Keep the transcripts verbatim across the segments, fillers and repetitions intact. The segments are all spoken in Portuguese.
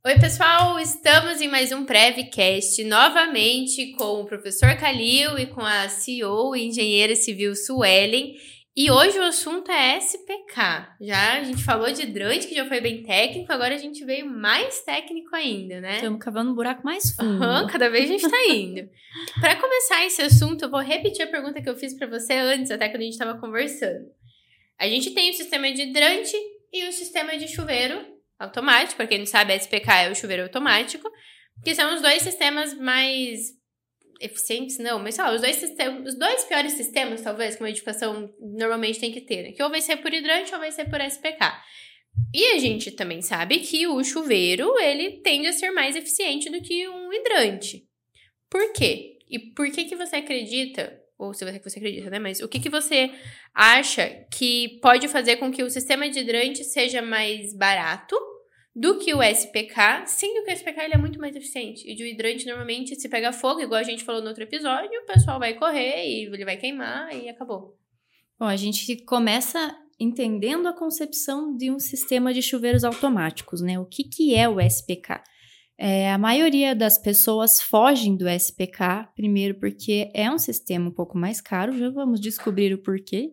Oi, pessoal! Estamos em mais um PrevCast, novamente com o professor Calil e com a C E O, engenheira civil Suelen. E hoje o assunto é S P K. Já a gente falou de hidrante, que já foi bem técnico, agora a gente veio mais técnico ainda, né? Estamos cavando um buraco mais fundo. Uhum, cada vez a gente tá indo. Para começar esse assunto, eu vou repetir a pergunta que eu fiz para você antes, até quando a gente estava conversando. A gente tem o sistema de hidrante e o sistema de chuveiro automático. Para quem não sabe, a S P K é o chuveiro automático, que são os dois sistemas mais eficientes, não, mas sei lá, os dois, sistemas, os dois piores sistemas, talvez, que uma edificação normalmente tem que ter, né? Que ou vai ser por hidrante ou vai ser por S P K. E a gente também sabe que o chuveiro, ele tende a ser mais eficiente do que um hidrante. Por quê? E por que que você acredita, ou se você, você acredita, né? Mas o que que você acha que pode fazer com que o sistema de hidrante seja mais barato do que o S P K, sendo que o S P K ele é muito mais eficiente. E o hidrante, normalmente, se pega fogo, igual a gente falou no outro episódio, o pessoal vai correr e ele vai queimar e acabou. Bom, a gente começa entendendo a concepção de um sistema de chuveiros automáticos, né? O que, que é o S P K? É, a maioria das pessoas fogem do S P K, primeiro porque é um sistema um pouco mais caro, já vamos descobrir o porquê.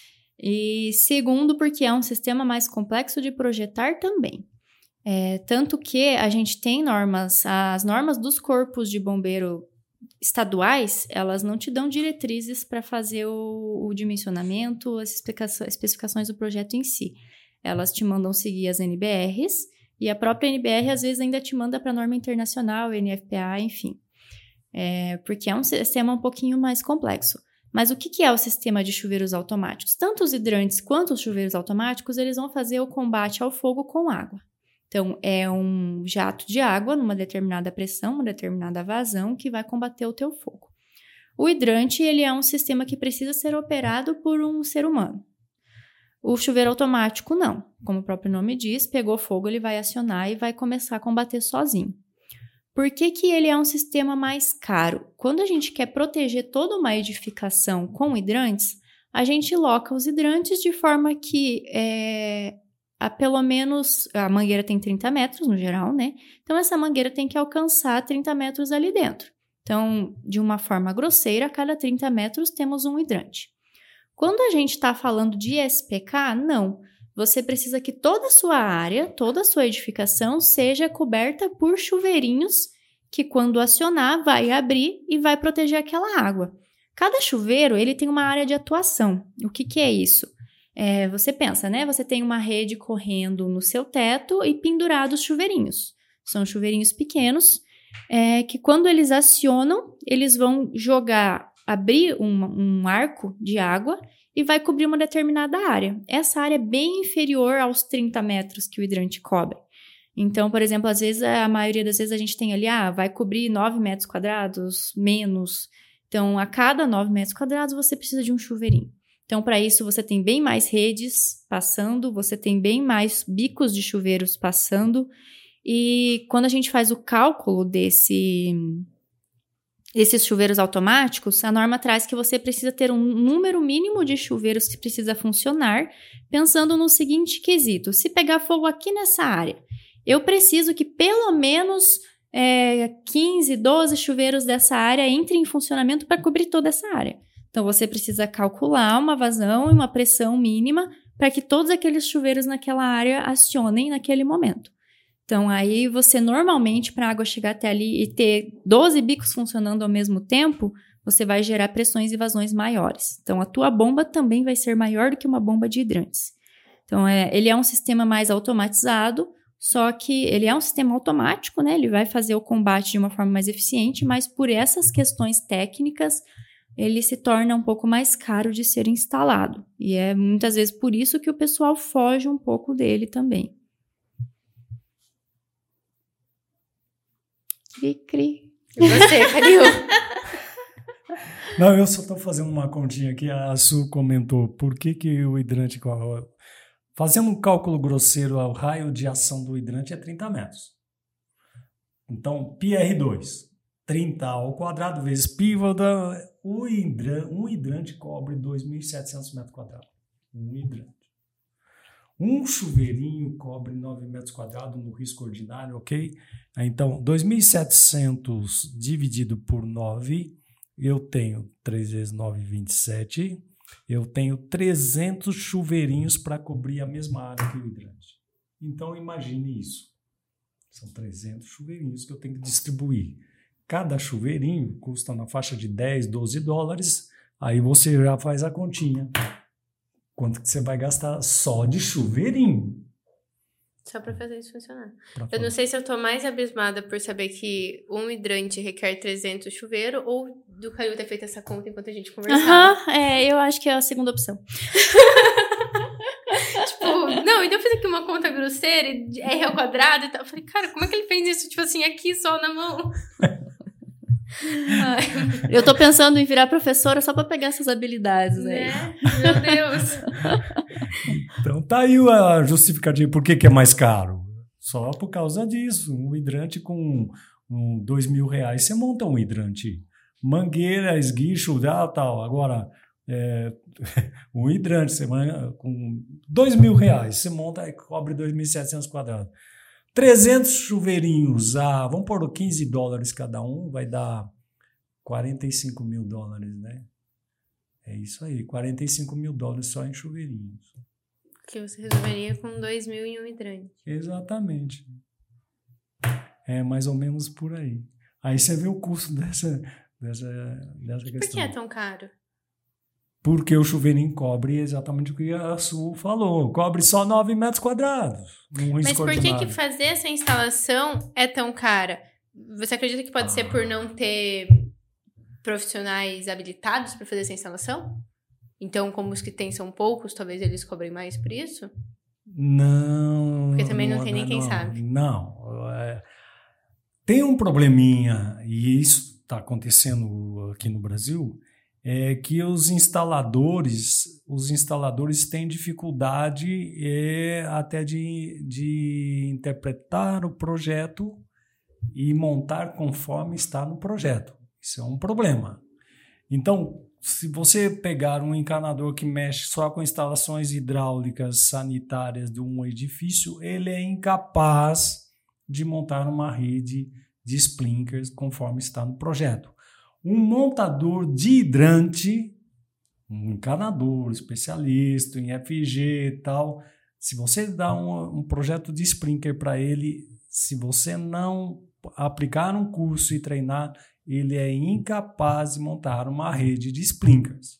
E segundo, porque é um sistema mais complexo de projetar também. É, tanto que a gente tem normas, as normas dos corpos de bombeiro estaduais, elas não te dão diretrizes para fazer o, o dimensionamento, as especificações do projeto em si. Elas te mandam seguir as N B Rs e a própria N B R às vezes ainda te manda para a norma internacional, N F P A, enfim. É, porque é um sistema um pouquinho mais complexo. Mas o que, que é o sistema de chuveiros automáticos? Tanto os hidrantes quanto os chuveiros automáticos, eles vão fazer o combate ao fogo com água. Então, é um jato de água numa determinada pressão, uma determinada vazão que vai combater o teu fogo. O hidrante, ele é um sistema que precisa ser operado por um ser humano. O chuveiro automático, não. Como o próprio nome diz, pegou fogo, ele vai acionar e vai começar a combater sozinho. Por que que ele é um sistema mais caro? Quando a gente quer proteger toda uma edificação com hidrantes, a gente loca os hidrantes de forma que... É, a pelo menos, a mangueira tem trinta metros no geral, né? Então, essa mangueira tem que alcançar trinta metros ali dentro. Então, de uma forma grosseira, a cada trinta metros temos um hidrante. Quando a gente está falando de S P K, não. Você precisa que toda a sua área, toda a sua edificação seja coberta por chuveirinhos que, quando acionar, vai abrir e vai proteger aquela água. Cada chuveiro, ele tem uma área de atuação. O que que é isso? É, você pensa, né? Você tem uma rede correndo no seu teto e pendurados chuveirinhos. São chuveirinhos pequenos é, que quando eles acionam, eles vão jogar, abrir um, um arco de água e vai cobrir uma determinada área. Essa área é bem inferior aos trinta metros que o hidrante cobre. Então, por exemplo, às vezes, a maioria das vezes a gente tem ali, ah, vai cobrir nove metros quadrados, menos. Então, a cada nove metros quadrados, você precisa de um chuveirinho. Então, para isso, você tem bem mais redes passando, você tem bem mais bicos de chuveiros passando. E quando a gente faz o cálculo desse, desses chuveiros automáticos, a norma traz que você precisa ter um número mínimo de chuveiros que precisa funcionar, pensando no seguinte quesito: se pegar fogo aqui nessa área, eu preciso que pelo menos é, quinze, doze chuveiros dessa área entrem em funcionamento para cobrir toda essa área. Então, você precisa calcular uma vazão e uma pressão mínima para que todos aqueles chuveiros naquela área acionem naquele momento. Então, aí você normalmente, para a água chegar até ali e ter doze bicos funcionando ao mesmo tempo, você vai gerar pressões e vazões maiores. Então, a tua bomba também vai ser maior do que uma bomba de hidrantes. Então, é, ele é um sistema mais automatizado, só que ele é um sistema automático, né? Ele vai fazer o combate de uma forma mais eficiente, mas por essas questões técnicas, ele se torna um pouco mais caro de ser instalado. E é muitas vezes por isso que o pessoal foge um pouco dele também. Cri, cri. E você, Calil? Não, eu só estou fazendo uma continha aqui. A Su comentou por que, que o hidrante... Fazendo um cálculo grosseiro, o raio de ação do hidrante é trinta metros. Então, π R dois, trinta ao quadrado vezes π, o hidrante, um hidrante cobre dois mil e setecentos metros quadrados. Um hidrante. Um chuveirinho cobre nove metros quadrados no risco ordinário, ok? Então, dois mil e setecentos dividido por nove, eu tenho três vezes nove, vinte e sete. Eu tenho trezentos chuveirinhos para cobrir a mesma área que o hidrante. Então, imagine isso. São trezentos chuveirinhos que eu tenho que distribuir. Cada chuveirinho custa na faixa de dez, doze dólares. Aí você já faz a continha. Quanto que você vai gastar só de chuveirinho? Só para fazer isso funcionar. Pra Eu fazer. não sei se eu tô mais abismada por saber que um hidrante requer trezentos chuveiro ou do Caio ter feito essa conta enquanto a gente conversava. Aham, é, eu acho que é a segunda opção. Tipo, não, então eu fiz aqui uma conta grosseira, de R ao quadrado e tal. Eu falei, cara, como é que ele fez isso? Tipo assim, aqui só na mão. Ai, Eu tô pensando em virar professora só pra pegar essas habilidades aí. né? Meu Deus. Então tá aí a justificativa. Por que, que é mais caro? Só por causa disso. Um hidrante com um, dois mil reais, você monta um hidrante. Mangueira, esguicho, tal, tal. Agora, é, um hidrante, você manda com dois mil reais, você monta e cobre dois mil e setecentos quadrados. trezentos chuveirinhos, ah, vamos pôr quinze dólares cada um, vai dar quarenta e cinco mil dólares, né? É isso aí, quarenta e cinco mil dólares só em chuveirinhos. Que você resolveria com dois mil em um hidrante. Exatamente. É mais ou menos por aí. Aí você vê o custo dessa, dessa, dessa questão. Por que é tão caro? Porque o chuveirinho cobre exatamente o que a Su falou. Cobre só nove metros quadrados. Mas por que, que fazer essa instalação é tão cara? Você acredita que pode ah. ser por não ter profissionais habilitados para fazer essa instalação? Então, como os que tem são poucos, talvez eles cobrem mais por isso? Não. Porque também não, não tem nem não, quem sabe. Não. É, tem um probleminha, e isso está acontecendo aqui no Brasil, é que os instaladores, os instaladores têm dificuldade é, até de, de interpretar o projeto e montar conforme está no projeto. Isso é um problema. Então, se você pegar um encanador que mexe só com instalações hidráulicas sanitárias de um edifício, ele é incapaz de montar uma rede de sprinklers conforme está no projeto. Um montador de hidrante, um encanador, especialista em F G e tal, se você dá um, um projeto de sprinkler para ele, se você não aplicar um curso e treinar, ele é incapaz de montar uma rede de sprinklers.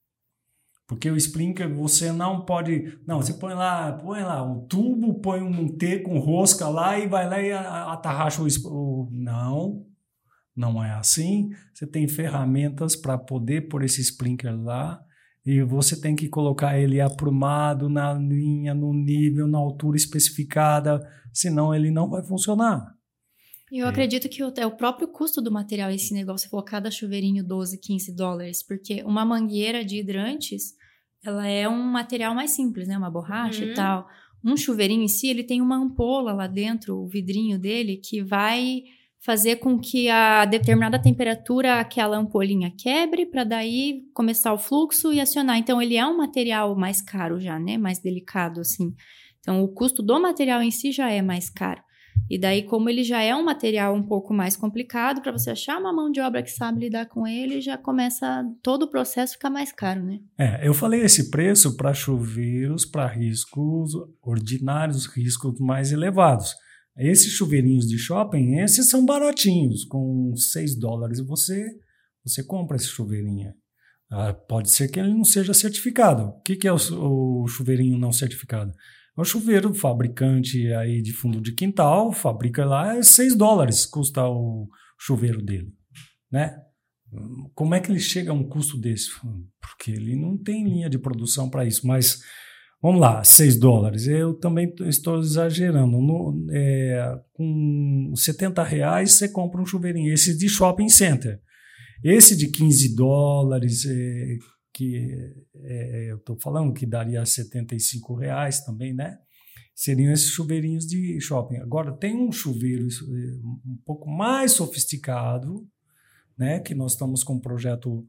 Porque o sprinkler você não pode... Não, você põe lá, põe lá um tubo, põe um T com rosca lá e vai lá e atarracha o... o não... Não é assim. Você tem ferramentas para poder pôr esse sprinkler lá e você tem que colocar ele aprumado na linha, no nível, na altura especificada, senão ele não vai funcionar. Eu é. acredito que é o próprio custo do material esse negócio, for cada chuveirinho doze, quinze dólares, porque uma mangueira de hidrantes, ela é um material mais simples, né? Uma borracha uhum. e tal. Um chuveirinho em si, ele tem uma ampola lá dentro, o vidrinho dele, que vai fazer com que a determinada temperatura aquela ampolinha quebre para daí começar o fluxo e acionar. Então, ele é um material mais caro já, né? Mais delicado, assim. Então, o custo do material em si já é mais caro. E daí, como ele já é um material um pouco mais complicado, para você achar uma mão de obra que sabe lidar com ele, já começa todo o processo a ficar mais caro, né? É, eu falei esse preço para chuveiros, para riscos ordinários, riscos mais elevados. Esses chuveirinhos de shopping, esses são baratinhos, com seis dólares você, você compra esse chuveirinho. Ah, pode ser que ele não seja certificado. O que, que é o, o chuveirinho não certificado? É o chuveiro fabricante aí de fundo de quintal, fabrica lá, é seis dólares custa o chuveiro dele, né? Como é que ele chega a um custo desse? Porque ele não tem linha de produção para isso, mas... Vamos lá, seis dólares. Eu também estou exagerando. No, é, com setenta reais você compra um chuveirinho. Esse de shopping center. Esse de quinze dólares, é, que é, eu estou falando que daria setenta e cinco reais também, né? Seriam esses chuveirinhos de shopping. Agora, tem um chuveiro um pouco mais sofisticado, né? Que nós estamos com um projeto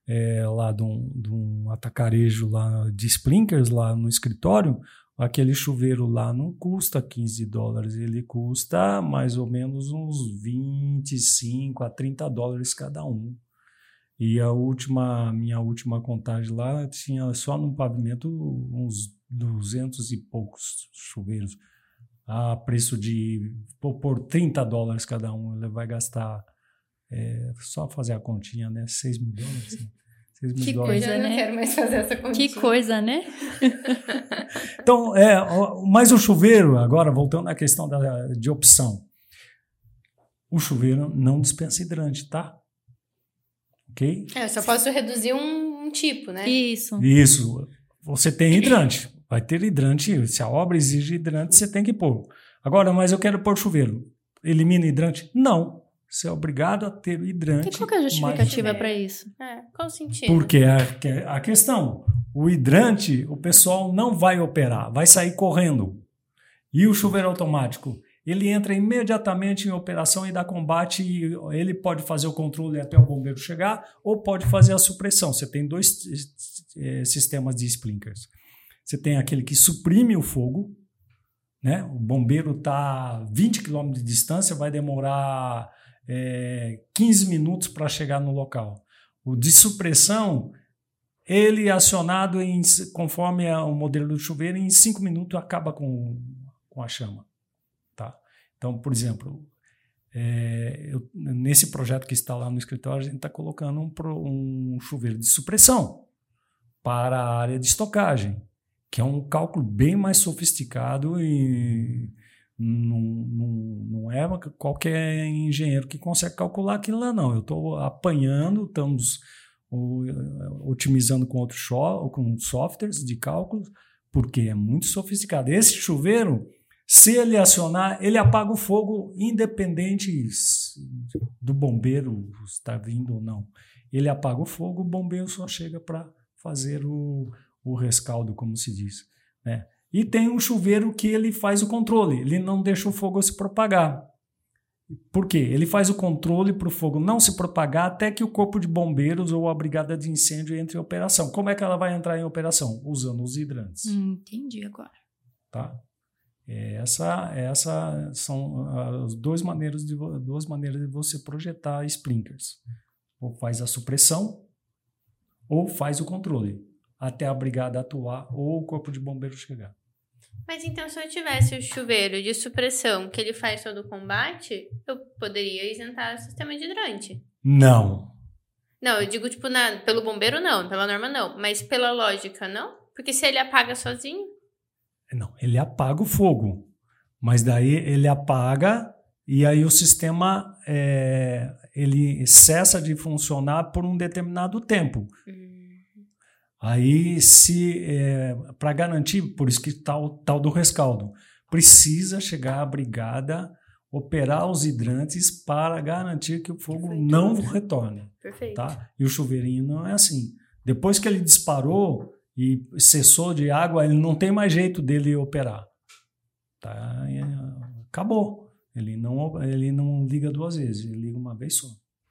é, lá de um, de um atacarejo lá de sprinklers lá no escritório, aquele chuveiro lá não custa quinze dólares, ele custa mais ou menos uns vinte e cinco a trinta dólares cada um. E a última, minha última contagem lá tinha só no pavimento uns duzentos e poucos chuveiros. A preço de, por trinta dólares cada um, ele vai gastar, é, só fazer a continha, né? seis mil dólares. Né? seis mil que dólares. coisa, Eu né? não quero mais fazer essa continha. Que coisa, né? Então, é, mas o chuveiro, agora voltando à questão da, de opção, o chuveiro não dispensa hidrante, tá? Ok? É, eu só posso reduzir um, um tipo, né? Isso. Isso. Você tem hidrante. Vai ter hidrante. Se a obra exige hidrante, você tem que pôr. Agora, mas eu quero pôr chuveiro. Elimina hidrante? Não. Você é obrigado a ter o hidrante. E qual que é a justificativa para isso? É, qual o sentido? Porque a, a questão, o hidrante, o pessoal não vai operar, vai sair correndo. E o chuveiro automático, ele entra imediatamente em operação e dá combate, e ele pode fazer o controle até o bombeiro chegar, ou pode fazer a supressão. Você tem dois é, sistemas de sprinklers. Você tem aquele que suprime o fogo, né? O bombeiro está a vinte quilômetros de distância, vai demorar é, quinze minutos para chegar no local. O de supressão, ele é acionado em, conforme o modelo do chuveiro, em cinco minutos acaba com, com a chama. Tá? Então, por exemplo, é, eu, nesse projeto que está lá no escritório, a gente está colocando um, um chuveiro de supressão para a área de estocagem, que é um cálculo bem mais sofisticado e não, não, não é qualquer engenheiro que consegue calcular aquilo lá, não. Eu estou apanhando, estamos otimizando com outros com softwares de cálculo, porque é muito sofisticado. Esse chuveiro, se ele acionar, ele apaga o fogo independente do bombeiro estar vindo ou não. Ele apaga o fogo, o bombeiro só chega para fazer o o rescaldo, como se diz, né? E tem um chuveiro que ele faz o controle, ele não deixa o fogo se propagar. Por quê? Ele faz o controle para o fogo não se propagar até que o corpo de bombeiros ou a brigada de incêndio entre em operação. Como é que ela vai entrar em operação? Usando os hidrantes. Hum, entendi agora. Tá? Essa, essa são as duas maneiras, de, duas maneiras de você projetar sprinklers. Ou faz a supressão ou faz o controle, até a brigada atuar ou o corpo de bombeiro chegar. Mas então, se eu tivesse o chuveiro de supressão que ele faz todo o combate, eu poderia isentar o sistema de hidrante? Não. Não, eu digo, tipo, na, pelo bombeiro não, pela norma não, mas pela lógica não? Porque se ele apaga sozinho? Não, ele apaga o fogo, mas daí ele apaga e aí o sistema é, ele cessa de funcionar por um determinado tempo. Hum. Aí, se é, para garantir, por isso que tal, tal do rescaldo, precisa chegar a brigada, operar os hidrantes para garantir que o fogo Perfeito. Não retorne. Perfeito. Tá? E o chuveirinho não é assim. Depois que ele disparou e cessou de água, ele não tem mais jeito dele operar. Tá? E, acabou. Ele não, ele não liga duas vezes, ele liga uma vez só.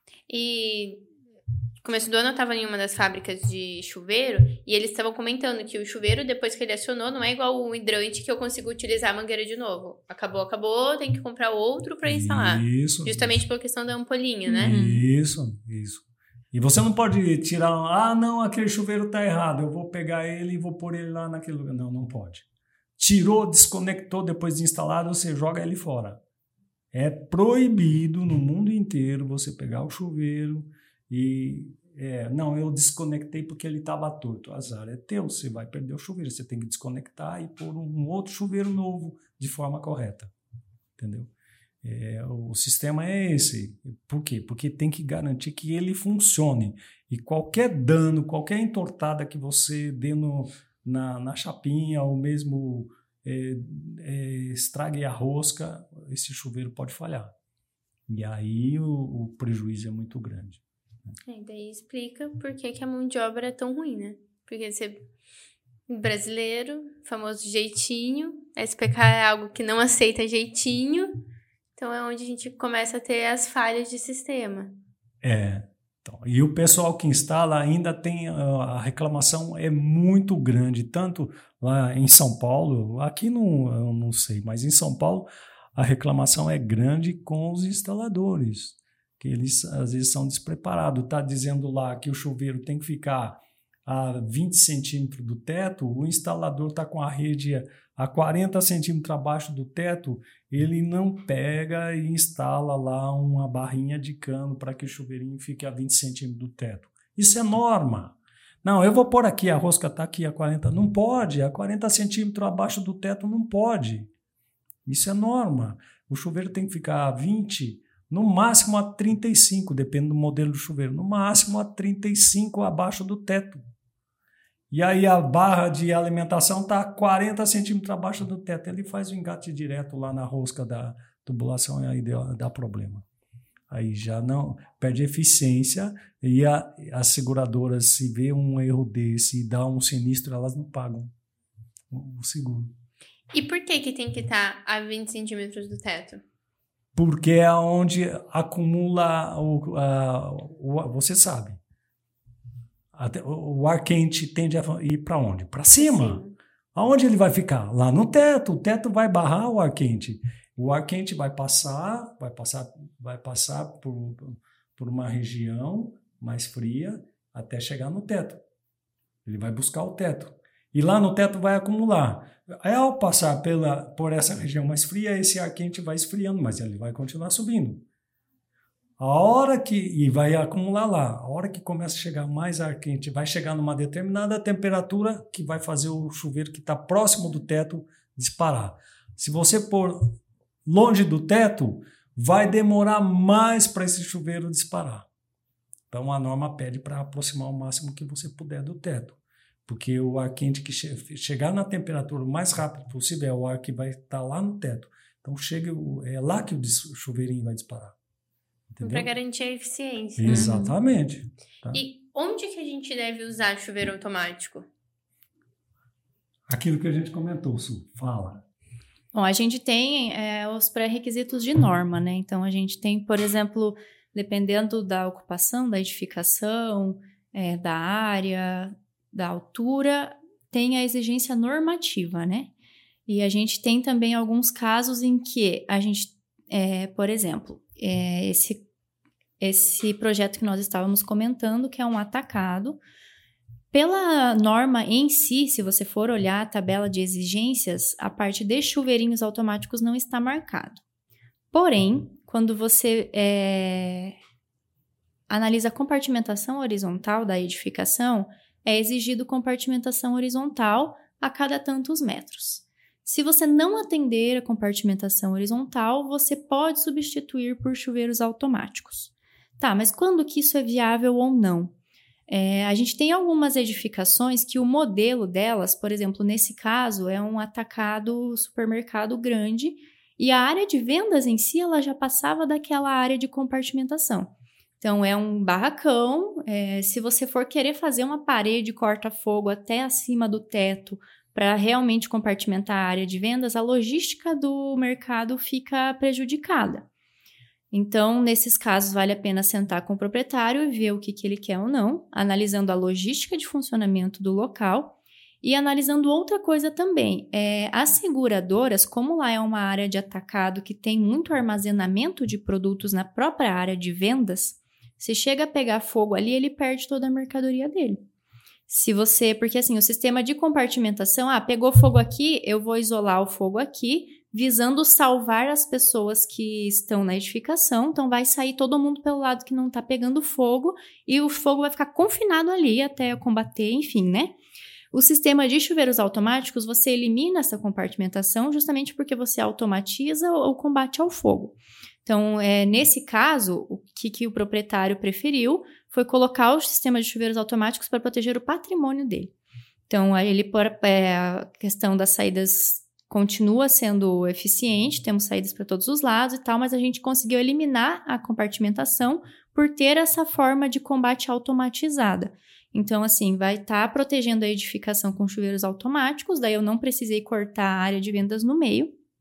E começo do ano eu estava em uma das fábricas de chuveiro e eles estavam comentando que o chuveiro, depois que ele acionou, não é igual o hidrante que eu consigo utilizar a mangueira de novo. Acabou, acabou, tem que comprar outro para instalar. Isso. Justamente isso. pela questão da ampolinha, né? Isso, isso. E você não pode tirar, ah, não, aquele chuveiro está errado, eu vou pegar ele e vou pôr ele lá naquele lugar. Não, não pode. Tirou, desconectou, depois de instalado, você joga ele fora. É proibido no mundo inteiro você pegar o chuveiro e... É, não, eu desconectei porque ele estava torto. Azar é teu, você vai perder o chuveiro. Você tem que desconectar e pôr um outro chuveiro novo de forma correta. Entendeu? É, o sistema é esse. Por quê? Porque tem que garantir que ele funcione. E qualquer dano, qualquer entortada que você dê no, na, na chapinha ou mesmo é, é, estrague a rosca, esse chuveiro pode falhar. E aí o, o prejuízo é muito grande. É, daí explica por que, que a mão de obra é tão ruim, né? Porque você brasileiro, famoso jeitinho, S P K é algo que não aceita jeitinho, então é onde a gente começa a ter as falhas de sistema. É, Então, e o pessoal que instala ainda tem, a reclamação é muito grande, tanto lá em São Paulo, aqui não, eu não sei, mas em São Paulo a reclamação é grande com os instaladores, que eles às vezes são despreparados. Está dizendo lá que o chuveiro tem que ficar a vinte centímetros do teto, o instalador está com a rede a quarenta centímetros abaixo do teto, ele não pega e instala lá uma barrinha de cano para que o chuveirinho fique a vinte centímetros do teto. Isso é norma. Não, eu vou pôr aqui, a rosca está aqui a quarenta. Não pode, a quarenta centímetros abaixo do teto não pode. Isso é norma. O chuveiro tem que ficar a vinte, no máximo a trinta e cinco, depende do modelo do chuveiro, no máximo a trinta e cinco abaixo do teto. E aí a barra de alimentação está a quarenta centímetros abaixo do teto. Ele faz o engate direto lá na rosca da tubulação e aí dá, dá problema. Aí já não perde eficiência e a, as seguradoras, se vê um erro desse e dá um sinistro, elas não pagam o, o seguro. E por que que tem que estar a vinte centímetros do teto? Porque é onde acumula o, a, o você sabe. Até, o, o ar quente tende a ir para onde? Para cima. Sim. Aonde ele vai ficar? Lá no teto. O teto vai barrar o ar quente. O ar quente vai passar, vai passar, vai passar por, por uma região mais fria até chegar no teto. Ele vai buscar o teto. E lá no teto vai acumular. Aí, ao passar pela, por essa região mais fria, esse ar quente vai esfriando, mas ele vai continuar subindo. A hora que, e vai acumular lá, a hora que começa a chegar mais ar quente, vai chegar numa determinada temperatura que vai fazer o chuveiro que está próximo do teto disparar. Se você pôr longe do teto, vai demorar mais para esse chuveiro disparar. Então a norma pede para aproximar o máximo que você puder do teto. Porque o ar quente que che- chegar na temperatura o mais rápido possível é o ar que vai estar tá lá no teto. Então chega, é lá que o chuveirinho vai disparar. Para garantir a eficiência. Exatamente. Né? Tá? E onde que a gente deve usar chuveiro automático? Aquilo que a gente comentou, Su, fala. Bom, a gente tem é, os pré-requisitos de norma, né? Então, a gente tem, por exemplo, dependendo da ocupação, da edificação, é, da área, da altura, tem a exigência normativa, né? E a gente tem também alguns casos em que a gente, é, por exemplo, é, esse Esse projeto que nós estávamos comentando, que é um atacado, pela norma em si, se você for olhar a tabela de exigências, a parte de chuveirinhos automáticos não está marcado. Porém, quando você é, analisa a compartimentação horizontal da edificação, é exigido compartimentação horizontal a cada tantos metros. Se você não atender a compartimentação horizontal, você pode substituir por chuveiros automáticos. Tá, mas quando que isso é viável ou não? É, a gente tem algumas edificações que o modelo delas, por exemplo, nesse caso, é um atacado supermercado grande e a área de vendas em si, ela já passava daquela área de compartimentação. Então, é um barracão, é, se você for querer fazer uma parede corta-fogo até acima do teto para realmente compartimentar a área de vendas, a logística do mercado fica prejudicada. Então, nesses casos, vale a pena sentar com o proprietário e ver o que, que ele quer ou não, analisando a logística de funcionamento do local e analisando outra coisa também. É, as seguradoras, como lá é uma área de atacado que tem muito armazenamento de produtos na própria área de vendas, se chega a pegar fogo ali, ele perde toda a mercadoria dele. Se você, porque assim, o sistema de compartimentação, ah, pegou fogo aqui, eu vou isolar o fogo aqui, visando salvar as pessoas que estão na edificação. Então, vai sair todo mundo pelo lado que não está pegando fogo e o fogo vai ficar confinado ali até combater, enfim, né? O sistema de chuveiros automáticos, você elimina essa compartimentação justamente porque você automatiza o combate ao fogo. Então, é, nesse caso, o que, que o proprietário preferiu foi colocar o sistema de chuveiros automáticos para proteger o patrimônio dele. Então, ele por é, a questão das saídas continua sendo eficiente, temos saídas para todos os lados e tal, mas a gente conseguiu eliminar a compartimentação por ter essa forma de combate automatizada. Então, assim, vai estar tá protegendo a edificação com chuveiros automáticos, daí eu não precisei cortar a área de vendas no meio.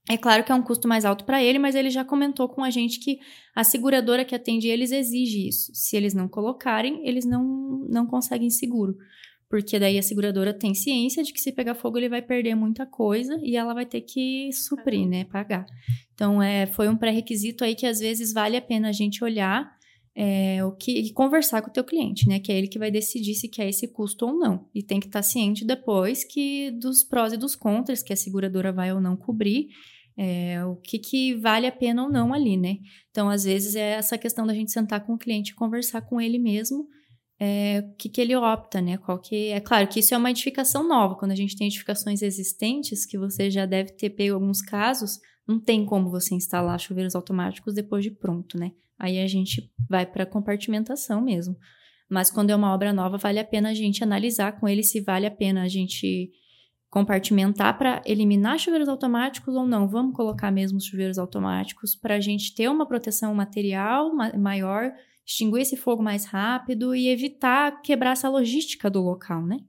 É claro que é um custo mais alto para ele, mas ele já comentou com a gente que a seguradora que atende eles exige isso. Se eles não colocarem, eles não, não conseguem seguro. Porque daí a seguradora tem ciência de que se pegar fogo ele vai perder muita coisa e ela vai ter que suprir, né, pagar. Então, é, foi um pré-requisito aí que às vezes vale a pena a gente olhar é, o que, e conversar com o teu cliente, né, que é ele que vai decidir se quer esse custo ou não. E tem que estar ciente depois que dos prós e dos contras, que a seguradora vai ou não cobrir, É, o que, que vale a pena ou não ali, né? Então, às vezes, é essa questão da gente sentar com o cliente e conversar com ele mesmo é, o que, que ele opta, né? Qual que... É claro que isso é uma edificação nova. Quando a gente tem edificações existentes, que você já deve ter pego alguns casos, não tem como você instalar chuveiros automáticos depois de pronto, né? Aí a gente vai para compartimentação mesmo. Mas quando é uma obra nova, vale a pena a gente analisar com ele se vale a pena a gente... compartimentar para eliminar chuveiros automáticos ou não. Vamos colocar mesmo os chuveiros automáticos para a gente ter uma proteção material ma- maior, extinguir esse fogo mais rápido e evitar quebrar essa logística do local, né?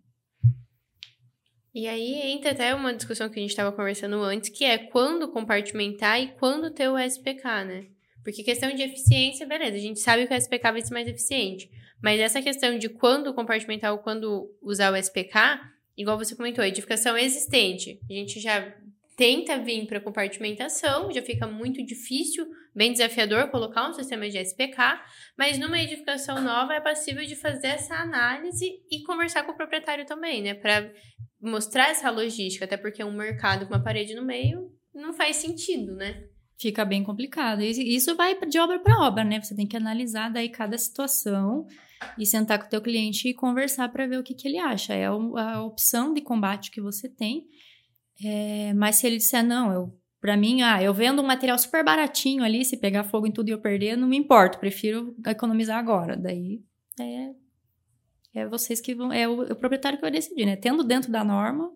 E aí entra até uma discussão que a gente estava conversando antes, que é quando compartimentar e quando ter o S P K, né? Porque questão de eficiência, beleza, a gente sabe que o S P K vai ser mais eficiente. Mas essa questão de quando compartimentar ou quando usar o S P K... Igual você comentou, a edificação existente. A gente já tenta vir para compartimentação, já fica muito difícil, bem desafiador colocar um sistema de S P K, mas numa edificação nova é passível de fazer essa análise e conversar com o proprietário também, né? Para mostrar essa logística, até porque um mercado com uma parede no meio não faz sentido, né? Fica bem complicado. E isso vai de obra para obra, né? Você tem que analisar daí cada situação e sentar com o teu cliente e conversar para ver o que, que ele acha. É a opção de combate que você tem. É, mas se ele disser, não, eu, para mim, ah, eu vendo um material super baratinho ali, se pegar fogo em tudo e eu perder, não me importa, prefiro economizar agora. Daí é, é vocês que vão, é o, é o proprietário que vai decidir, né? Tendo dentro da norma,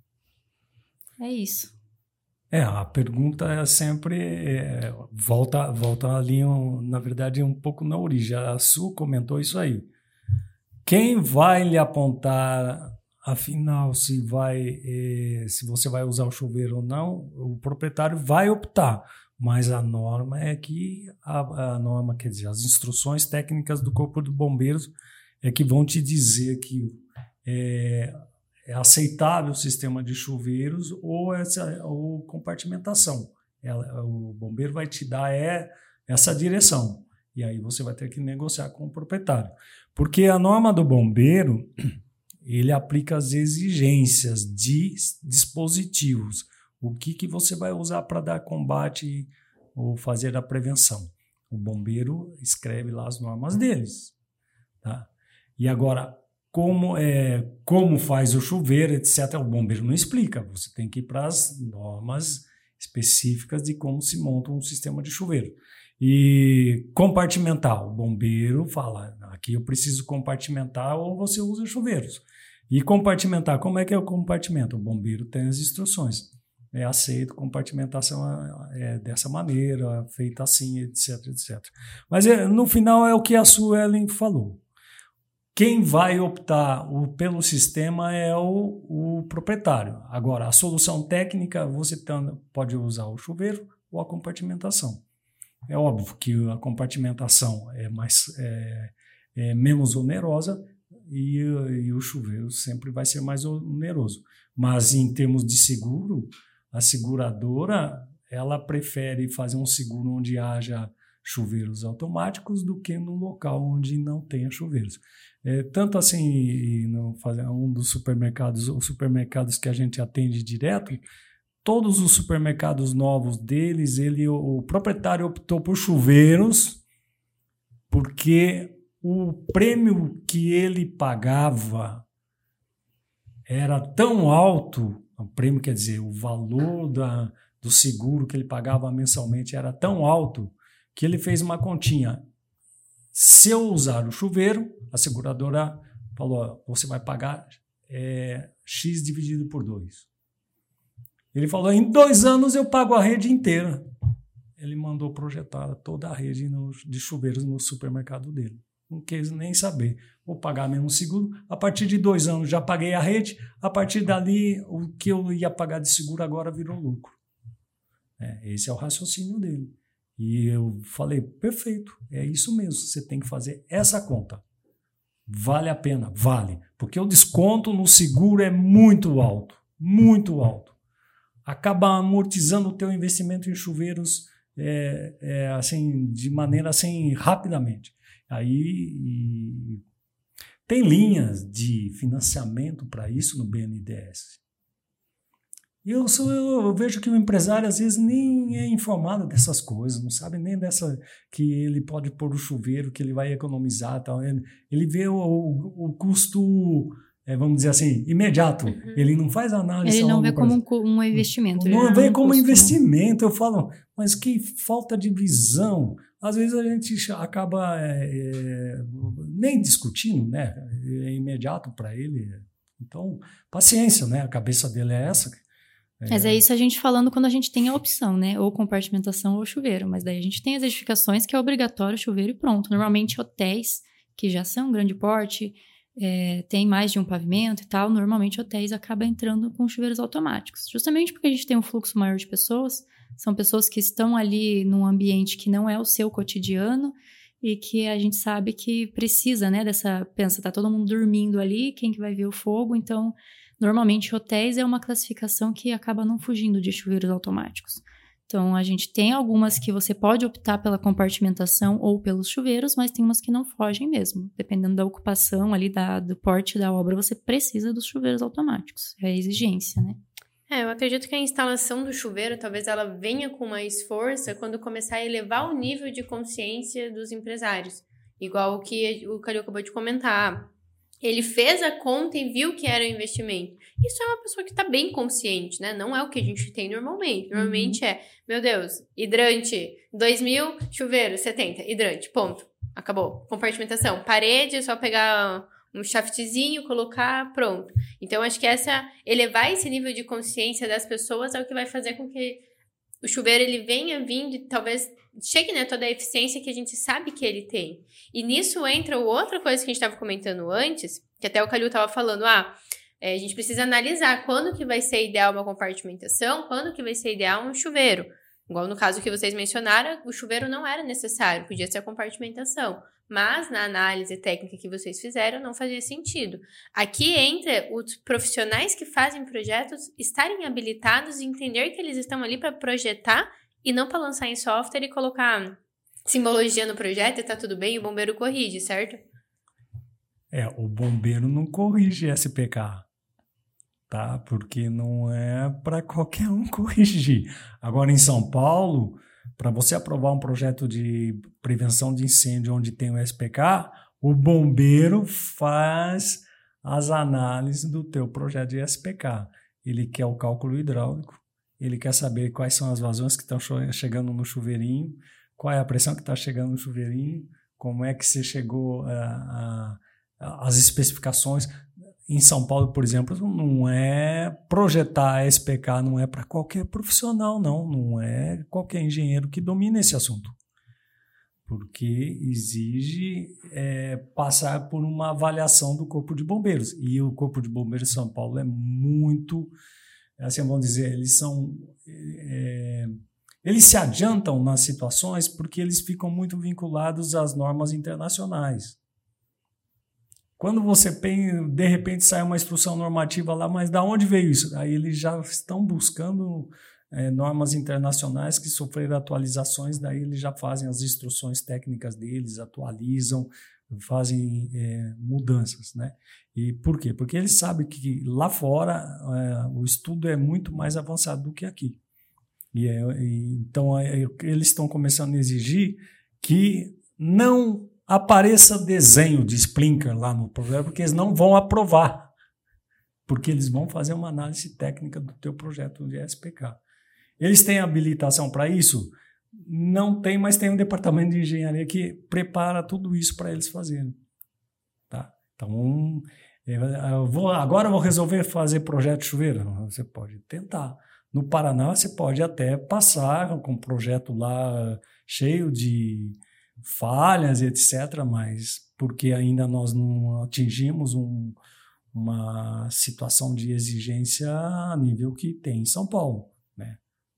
é isso. É, a pergunta é sempre, é, volta, volta ali, um, na verdade, um pouco na origem. A Su comentou isso aí. Quem vai lhe apontar, afinal, se, vai, é, se você vai usar o chuveiro ou não, o proprietário vai optar. Mas a norma é que, a, a norma, quer dizer, as instruções técnicas do Corpo de Bombeiros é que vão te dizer que... É, é aceitável o sistema de chuveiros ou, essa, ou compartimentação. Ela, o bombeiro vai te dar é, essa direção. E aí você vai ter que negociar com o proprietário. Porque a norma do bombeiro, ele aplica as exigências de dispositivos. O que, que você vai usar para dar combate ou fazer a prevenção. O bombeiro escreve lá as normas deles. Tá? E agora... Como, é, como faz o chuveiro, etcétera. O bombeiro não explica. Você tem que ir para as normas específicas de como se monta um sistema de chuveiro. E compartimentar. O bombeiro fala, aqui eu preciso compartimentar ou você usa chuveiros. E compartimentar, como é que é o compartimento? O bombeiro tem as instruções. É aceito, compartimentação é dessa maneira, feita assim, etc, etcétera. Mas é, no final é o que a Suelen falou. Quem vai optar o, pelo sistema é o, o proprietário. Agora, a solução técnica, você tem, pode usar o chuveiro ou a compartimentação. É óbvio que a compartimentação é, mais, é, é menos onerosa e, e o chuveiro sempre vai ser mais oneroso. Mas, em termos de seguro, a seguradora ela prefere fazer um seguro onde haja chuveiros automáticos do que no local onde não tenha chuveiros. É, tanto assim, no, um dos supermercados, os supermercados que a gente atende direto, todos os supermercados novos deles, ele, o, o proprietário optou por chuveiros porque o prêmio que ele pagava era tão alto, o prêmio quer dizer, o valor da, do seguro que ele pagava mensalmente era tão alto que ele fez uma continha. Se eu usar o chuveiro, a seguradora falou, ó, você vai pagar é, X dividido por dois. Ele falou, em dois anos eu pago a rede inteira. Ele mandou projetar toda a rede no, de chuveiros no supermercado dele. Não quis nem saber. Vou pagar mesmo seguro. A partir de dois anos já paguei a rede. A partir dali, o que eu ia pagar de seguro agora virou lucro. Né? Esse é o raciocínio dele. E eu falei, perfeito, é isso mesmo, você tem que fazer essa conta. Vale a pena? Vale. Porque o desconto no seguro é muito alto, muito alto. Acaba amortizando o teu investimento em chuveiros é, é, assim, de maneira assim, rapidamente. Aí e, tem linhas de financiamento para isso no B N D E S. E eu, sou, eu, eu vejo que o empresário, às vezes, nem é informado dessas coisas, não sabe nem dessa que ele pode pôr o chuveiro, que ele vai economizar. Tal. Ele, ele vê o, o, o custo, é, vamos dizer assim, imediato. Uhum. Ele não faz análise. Ele não vê como um, um investimento. Não, não vê como custo, investimento. Não. Eu falo, mas que falta de visão. Às vezes a gente acaba é, é, nem discutindo, né? É imediato para ele. Então, paciência, né? A cabeça dele é essa. É. Mas é isso a gente falando quando a gente tem a opção, né? Ou compartimentação ou chuveiro. Mas daí a gente tem as edificações que é obrigatório chuveiro e pronto. Normalmente hotéis, que já são grande porte, é, tem mais de um pavimento e tal, normalmente hotéis acabam entrando com chuveiros automáticos. Justamente porque a gente tem um fluxo maior de pessoas, são pessoas que estão ali num ambiente que não é o seu cotidiano e que a gente sabe que precisa, né? Dessa, pensa, tá todo mundo dormindo ali, quem que vai ver o fogo, então... Normalmente, hotéis é uma classificação que acaba não fugindo de chuveiros automáticos. Então, a gente tem algumas que você pode optar pela compartimentação ou pelos chuveiros, mas tem umas que não fogem mesmo. Dependendo da ocupação ali, da, do porte da obra, você precisa dos chuveiros automáticos. É a exigência, né? É, eu acredito que a instalação do chuveiro, talvez ela venha com mais força quando começar a elevar o nível de consciência dos empresários. Igual o que o Calil acabou de comentar. Ele fez a conta e viu que era um investimento. Isso é uma pessoa que está bem consciente, né? Não é o que a gente tem normalmente. Normalmente uhum. é, meu Deus, hidrante, dois mil, chuveiro, setenta, hidrante, ponto. Acabou. Compartimentação, parede, só pegar um shaftzinho, colocar, pronto. Então, acho que essa, elevar esse nível de consciência das pessoas é o que vai fazer com que o chuveiro ele venha vindo e talvez chegue, né, toda a eficiência que a gente sabe que ele tem. E nisso entra outra coisa que a gente estava comentando antes, que até o Calil estava falando, ah, é, a gente precisa analisar quando que vai ser ideal uma compartimentação, quando que vai ser ideal um chuveiro. Igual no caso que vocês mencionaram, o chuveiro não era necessário, podia ser a compartimentação. Mas na análise técnica que vocês fizeram, não fazia sentido. Aqui entra os profissionais que fazem projetos estarem habilitados e entender que eles estão ali para projetar e não para lançar em software e colocar simbologia no projeto e tá tudo bem, e o bombeiro corrige, certo? É, o bombeiro não corrige S P K, tá? Porque não é para qualquer um corrigir. Agora, em São Paulo, para você aprovar um projeto de prevenção de incêndio onde tem o S P K, o bombeiro faz as análises do teu projeto de S P K. Ele quer o cálculo hidráulico, ele quer saber quais são as vazões que estão chegando no chuveirinho, qual é a pressão que está chegando no chuveirinho, como é que você chegou a, a, a, as especificações. Em São Paulo, por exemplo, não é projetar S P K, não é para qualquer profissional, não. Não é qualquer engenheiro que domina esse assunto. Porque exige é, passar por uma avaliação do Corpo de Bombeiros. E o Corpo de Bombeiros de São Paulo é muito... assim, vamos dizer, eles são... É, eles se adiantam nas situações porque eles ficam muito vinculados às normas internacionais. Quando você tem, de repente sai uma instrução normativa lá, mas da onde veio isso? Aí eles já estão buscando é, normas internacionais que sofreram atualizações, daí eles já fazem as instruções técnicas deles, atualizam, fazem é, mudanças, né? E por quê? Porque eles sabem que lá fora é, o estudo é muito mais avançado do que aqui. E, é, e, então é, eles estão começando a exigir que não apareça desenho de sprinkler lá no projeto, porque eles não vão aprovar, porque eles vão fazer uma análise técnica do teu projeto de S P K. Eles têm habilitação para isso? Não tem, mas tem um departamento de engenharia que prepara tudo isso para eles fazerem. Tá? Então, eu vou, agora eu vou resolver fazer projeto de chuveiro. Você pode tentar. No Paraná, você pode até passar com um projeto lá cheio de falhas, etcétera, mas porque ainda nós não atingimos um, uma situação de exigência a nível que tem em São Paulo, né?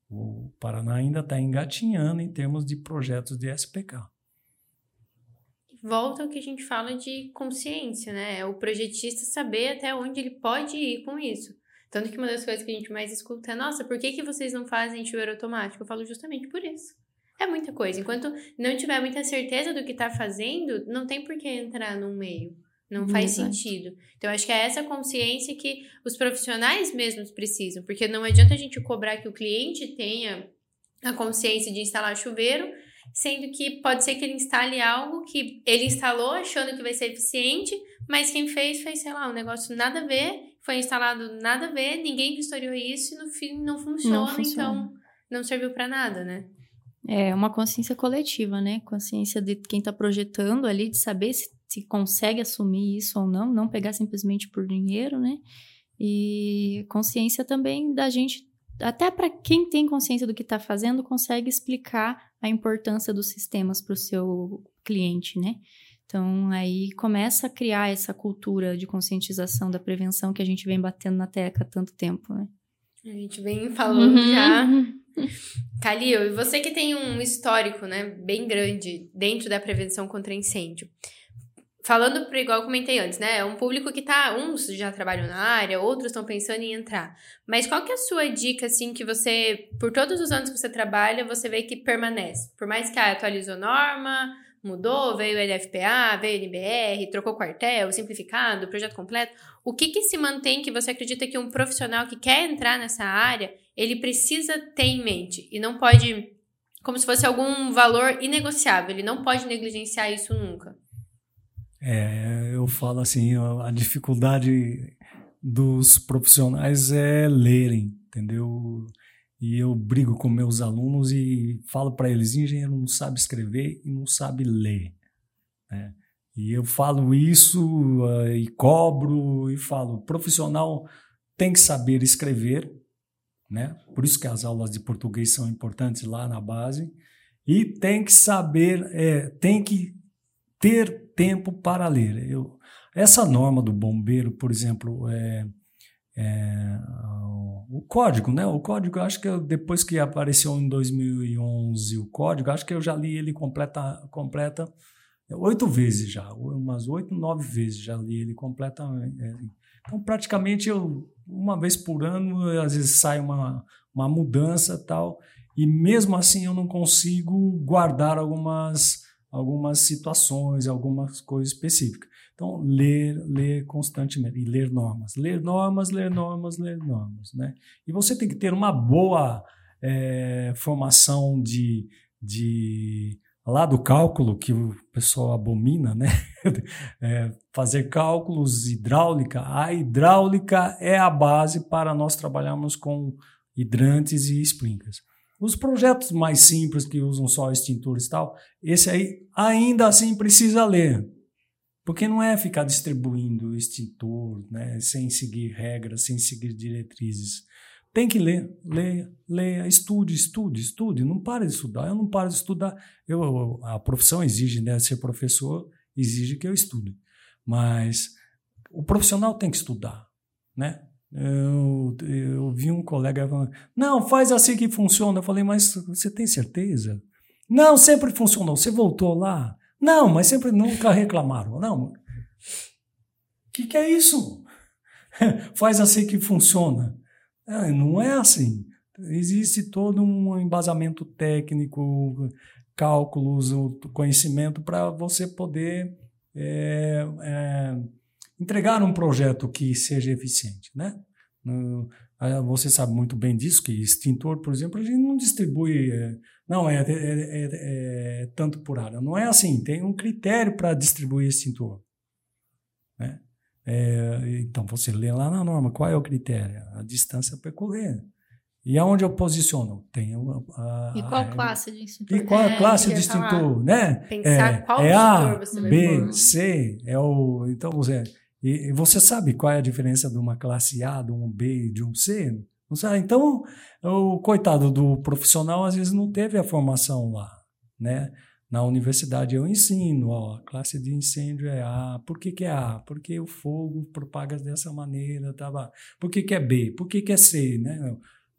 O Paraná ainda está engatinhando em termos de projetos de S P K. Volta ao que a gente fala de consciência, né? É o projetista saber até onde ele pode ir com isso. Tanto que uma das coisas que a gente mais escuta é, nossa, por que, que vocês não fazem chuveiro automático? Eu falo justamente por isso. É muita coisa. Enquanto não tiver muita certeza do que está fazendo, não tem por que entrar num meio. Não faz Exato. sentido. Então, acho que é essa consciência que os profissionais mesmos precisam. Porque não adianta a gente cobrar que o cliente tenha a consciência de instalar chuveiro, sendo que pode ser que ele instale algo que ele instalou achando que vai ser eficiente, mas quem fez, fez, sei lá, um negócio nada a ver, foi instalado nada a ver, ninguém vistoriou isso e no fim não funciona, Não funciona. então não serviu para nada, né? É uma consciência coletiva, né? Consciência de quem está projetando ali, de saber se, se consegue assumir isso ou não, não pegar simplesmente por dinheiro, né? E consciência também da gente, até para quem tem consciência do que está fazendo, consegue explicar a importância dos sistemas para o seu cliente, né? Então, aí começa a criar essa cultura de conscientização da prevenção que a gente vem batendo na tecla há tanto tempo, né? A gente vem falando Uhum. já. Calil, e você que tem um histórico, né, bem grande dentro da prevenção contra incêndio. Falando, por igual eu comentei antes, né, é um público que tá, uns já trabalham na área, outros estão pensando em entrar. Mas qual que é a sua dica, assim, que você, por todos os anos que você trabalha, você vê que permanece? Por mais que ah, atualizou norma, mudou, veio L F P A, veio N B R, trocou quartel, simplificado, projeto completo. O que que se mantém que você acredita que um profissional que quer entrar nessa área, ele precisa ter em mente? E não pode, como se fosse algum valor inegociável, ele não pode negligenciar isso nunca. É, eu falo assim, a dificuldade dos profissionais é lerem, entendeu? E eu brigo com meus alunos e falo para eles, engenheiro não sabe escrever e não sabe ler, né? E eu falo isso uh, e cobro e falo, profissional tem que saber escrever, né? Por isso que as aulas de português são importantes lá na base, e tem que saber, é, tem que ter tempo para ler. Eu, essa norma do bombeiro, por exemplo, é, é, o código, né? O código, acho que eu, depois que apareceu em dois mil e onze o código, acho que eu já li ele completa, completa oito vezes já, umas oito, nove vezes já li ele completamente. Então, praticamente, eu, uma vez por ano, às vezes sai uma, uma mudança e tal, e mesmo assim eu não consigo guardar algumas, algumas situações, algumas coisas específicas. Então, ler, ler constantemente, e ler normas. Ler normas, ler normas, ler normas, né? E você tem que ter uma boa é, formação de... de lá do cálculo, que o pessoal abomina, né? É, fazer cálculos, hidráulica. A hidráulica é a base para nós trabalharmos com hidrantes e sprinklers. Os projetos mais simples, que usam só extintores e tal, esse aí ainda assim precisa ler. Porque não é ficar distribuindo extintor, né? Sem seguir regras, sem seguir diretrizes. Tem que ler, leia, leia, estude, estude, estude. Não pare de estudar. Eu não paro de estudar. Eu, eu, a profissão exige, né? Ser professor exige que eu estude. Mas o profissional tem que estudar, né? Eu, eu vi um colega falando, não, faz assim que funciona. Eu falei, mas você tem certeza? Não, sempre funcionou. Você voltou lá? Não, mas sempre nunca reclamaram. Não. O que, que é isso? Faz assim que funciona. Não é assim. Existe todo um embasamento técnico, cálculos, conhecimento para você poder é, é, entregar um projeto que seja eficiente, né? Você sabe muito bem disso, que extintor, por exemplo, a gente não distribui, é, não, é, é, é, é tanto por área. Não é assim, tem um critério para distribuir extintor, né? É, então, você lê lá na norma, qual é o critério? A distância a percorrer. E aonde eu posiciono? Tem a, a, e qual a, classe de extintor? E qual é, a classe de extintor, né? Pensar é, qual é extintor A, você vai B, pôr. C, é o... Então, você... E, e você sabe qual é a diferença de uma classe A, de um B e de um C? Não sabe? Então, o coitado do profissional, às vezes, não teve a formação lá, né? Na universidade eu ensino, ó, a classe de incêndio é A. Por que que é A? Porque o fogo propaga dessa maneira, tá? Por que que é B? Por que que é C? Né?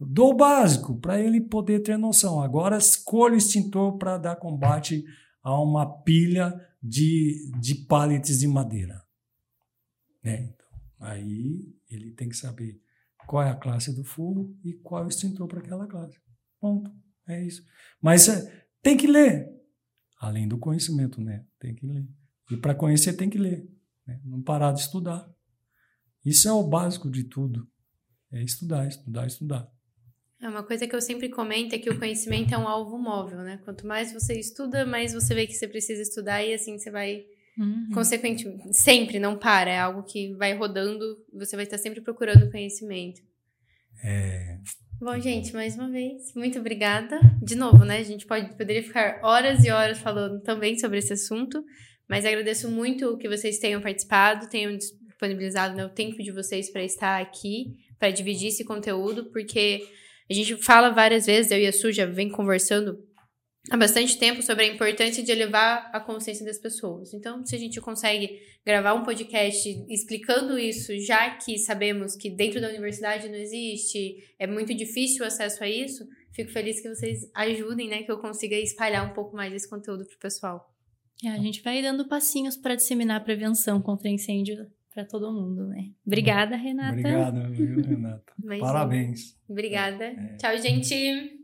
Dou o básico para ele poder ter noção. Agora escolha o extintor para dar combate a uma pilha de, de pallets de madeira. Né? Então, aí ele tem que saber qual é a classe do fogo e qual é o extintor para aquela classe. Ponto. É isso. Mas é, tem que ler. Além do conhecimento, né? Tem que ler. E para conhecer tem que ler. Né? Não parar de estudar. Isso é o básico de tudo. É estudar, estudar, estudar. É uma coisa que eu sempre comento é que o conhecimento é um alvo móvel, né? Quanto mais você estuda, mais você vê que você precisa estudar e assim você vai, uhum. consequentemente, sempre não para. É algo que vai rodando, você vai estar sempre procurando conhecimento. É... Bom, gente, mais uma vez, muito obrigada. De novo, né? A gente pode, poderia ficar horas e horas falando também sobre esse assunto, mas agradeço muito que vocês tenham participado, tenham disponibilizado, né, o tempo de vocês para estar aqui, para dividir esse conteúdo, porque a gente fala várias vezes, eu e a Su já vem conversando há bastante tempo sobre a importância de elevar a consciência das pessoas. Então, se a gente consegue gravar um podcast explicando isso, já que sabemos que dentro da universidade não existe, é muito difícil o acesso a isso, fico feliz que vocês ajudem, né, que eu consiga espalhar um pouco mais esse conteúdo pro pessoal. É, a gente vai dando passinhos para disseminar a prevenção contra incêndio para todo mundo, né? Obrigada, Renata. Obrigado, Renata. Mas, parabéns. Obrigada. É. Tchau, gente.